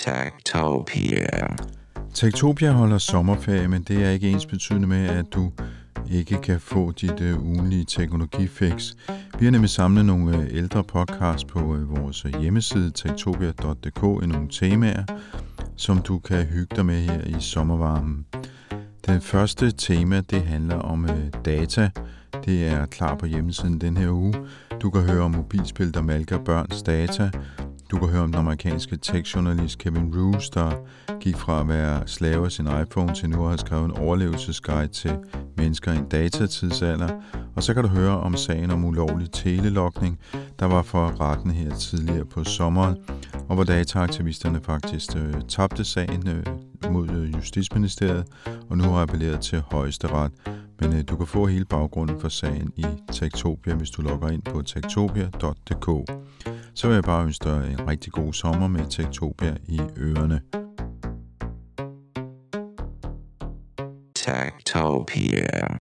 Techtopia. Techtopia holder sommerferie, men det er ikke ensbetydende med, at du ikke kan få dit ugenlige teknologifix. Vi har nemlig samlet nogle ældre podcasts på vores hjemmeside techtopia.dk i nogle temaer, som du kan hygge dig med her i sommervarmen. Det første tema, det handler om data. Det er klar på hjemmesiden den her uge. Du kan høre om mobilspil, der malker børns data. Du kan høre om den amerikanske tech-journalist Kevin Roose, der gik fra at være slave af sin iPhone til nu at have skrevet en overlevelsesguide til mennesker i en datatidsalder. Og så kan du høre om sagen om ulovlig telelogning, der var for retten her tidligere på sommeren, og hvor dataaktivisterne faktisk tabte sagen mod Justitsministeriet, og nu har appelleret til Højesteret. Men du kan få hele baggrunden for sagen i Techtopia, hvis du logger ind på techtopia.dk. Så vil jeg bare ønske dig en rigtig god sommer med Techtopia i ørerne. Techtopia.